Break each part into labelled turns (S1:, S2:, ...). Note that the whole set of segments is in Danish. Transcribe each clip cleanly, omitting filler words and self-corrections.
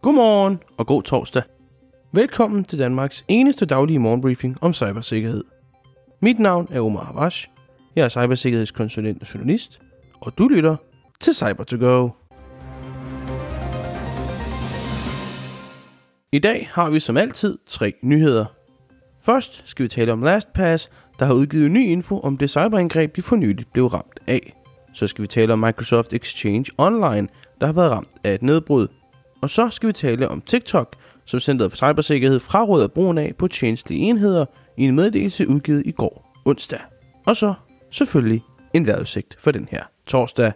S1: Godmorgen og god torsdag. Velkommen til Danmarks eneste daglige morgenbriefing om cybersikkerhed. Mit navn er Omar Havash. Jeg er cybersikkerhedskonsulent og journalist, og du lytter til Cyber2Go. I dag har vi som altid 3 nyheder. Først skal vi tale om LastPass, der har udgivet ny info om det cyberangreb, de for nyligt blev ramt af. Så skal vi tale om Microsoft Exchange Online, der har været ramt af et nedbrud. Og så skal vi tale om TikTok, som Center for Cybersikkerhed fraråder brugen af på tjenestlige enheder i en meddelelse udgivet i går onsdag. Og så selvfølgelig en vejrudsigt for den her torsdag.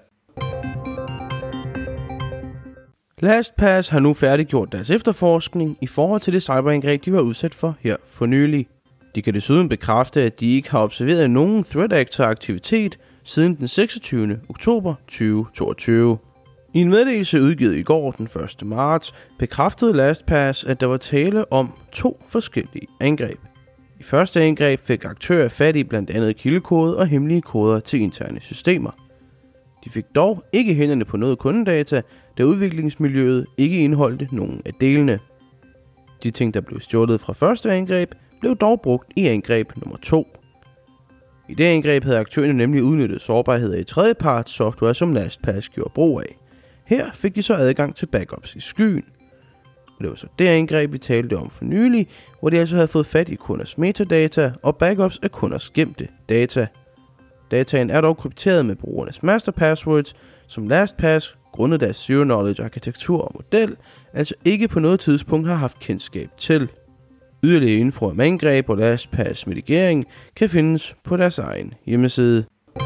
S1: LastPass har nu færdiggjort deres efterforskning i forhold til det cyberangreb, de var udsat for her for nylig. De kan desuden bekræfte, at de ikke har observeret nogen threat actor aktivitet siden den 26. oktober 2022. I en meddelelse udgivet i går den 1. marts bekræftede LastPass, at der var tale om 2 forskellige angreb. I første angreb fik aktører fat i blandt andet kildekode og hemmelige koder til interne systemer. De fik dog ikke hænderne på noget kundedata, da udviklingsmiljøet ikke indeholdte nogen af delene. De ting, der blev stjålet fra første angreb, blev dog brugt i angreb nummer 2. I det angreb havde aktørerne nemlig udnyttet sårbarheder i tredjeparts software, som LastPass gjorde brug af. Her fik de så adgang til backups i skyen. Og det var så det angreb, vi talte om for nylig, hvor de altså havde fået fat i kunders metadata og backups af kunders gemte data. Dataen er dog krypteret med brugernes master passwords, som LastPass, grundet deres zero knowledge arkitektur og model, altså ikke på noget tidspunkt har haft kendskab til. Yderligere info om angreb og LastPass mitigering kan findes på deres egen hjemmeside.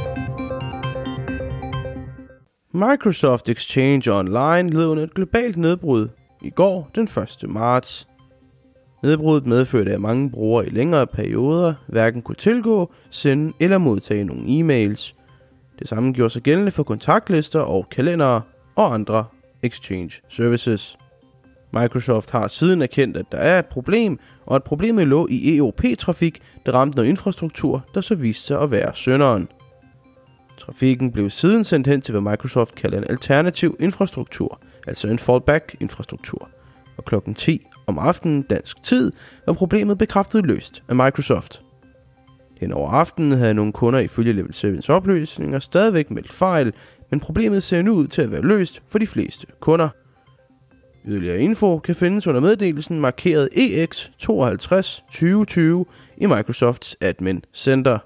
S1: Microsoft Exchange Online led under et globalt nedbrud i går den 1. marts. Nedbruddet medførte, at mange brugere i længere perioder hverken kunne tilgå, sende eller modtage nogle e-mails. Det samme gjorde sig gældende for kontaktlister og kalendere og andre Exchange services. Microsoft har siden erkendt, at der er et problem, og at problemet lå i EOP-trafik, der ramte noget infrastruktur, der så viste sig at være synderen. Trafikken blev siden sendt hen til, hvad Microsoft kalder en alternativ infrastruktur, altså en fallback-infrastruktur. Og klokken 10 om aftenen dansk tid var problemet bekræftet løst af Microsoft. Hen over aftenen havde nogle kunder ifølge Level 7's opløsninger stadigvæk meldt fejl, men problemet ser nu ud til at være løst for de fleste kunder. Yderligere info kan findes under meddelelsen markeret EX522020 i Microsofts Admin Center.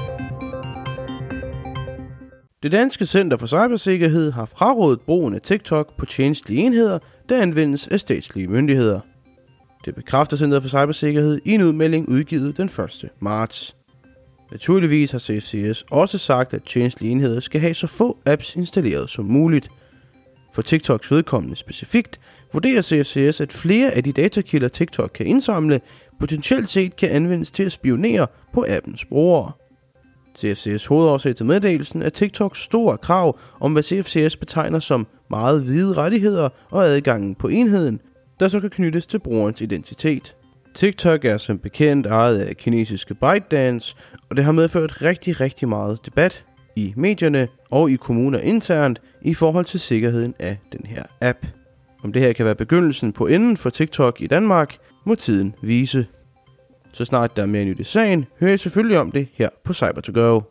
S1: Det danske Center for Cybersikkerhed har frarådet brugen af TikTok på tjenestlige enheder, der anvendes af statslige myndigheder. Det bekræfter Center for Cybersikkerhed i en udmelding udgivet den 1. marts. Naturligvis har CFCS også sagt, at tjenestlige enheder skal have så få apps installeret som muligt. For TikToks vedkommende specifikt vurderer CFCS, at flere af de datakilder TikTok kan indsamle, potentielt set kan anvendes til at spionere på appens brugere. CFCS hovedårsag til meddelelsen er TikToks store krav om, hvad CFCS betegner som meget vide rettigheder og adgangen på enheden, der så kan knyttes til brugerens identitet. TikTok er som bekendt ejet af kinesiske ByteDance, og det har medført rigtig meget debat i medierne og i kommuner internt i forhold til sikkerheden af den her app. Om det her kan være begyndelsen på enden for TikTok i Danmark, må tiden vise. Så snart der er mere nyt i sagen, hører jeg selvfølgelig om det her på Cyber2Go.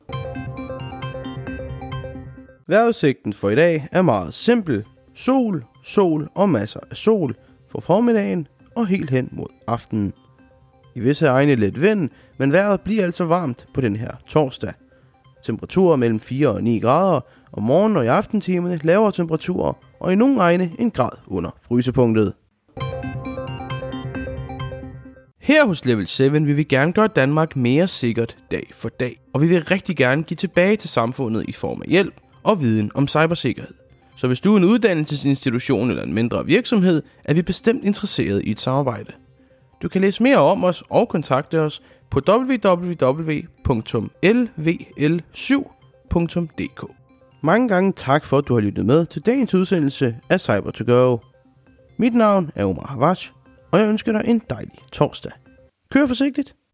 S1: Vejrudsigten for i dag er meget simpel. Sol og masser af sol for formiddagen og helt hen mod aftenen. I visse egne lidt vind, men vejret bliver altså varmt på den her torsdag. Temperaturer mellem 4 og 9 grader, og morgen og i aftentimerne lavere temperaturer, og i nogle egne en grad under frysepunktet. Her hos Level 7 vil vi gerne gøre Danmark mere sikkert dag for dag, og vi vil rigtig gerne give tilbage til samfundet i form af hjælp og viden om cybersikkerhed. Så hvis du er en uddannelsesinstitution eller en mindre virksomhed, er vi bestemt interesseret i et samarbejde. Du kan læse mere om os og kontakte os på www.lvl7.dk. Mange gange tak for, at du har lyttet med til dagens udsendelse af Cyber2Go. Mit navn er Omar Havash, og jeg ønsker dig en dejlig torsdag. Kør forsigtigt!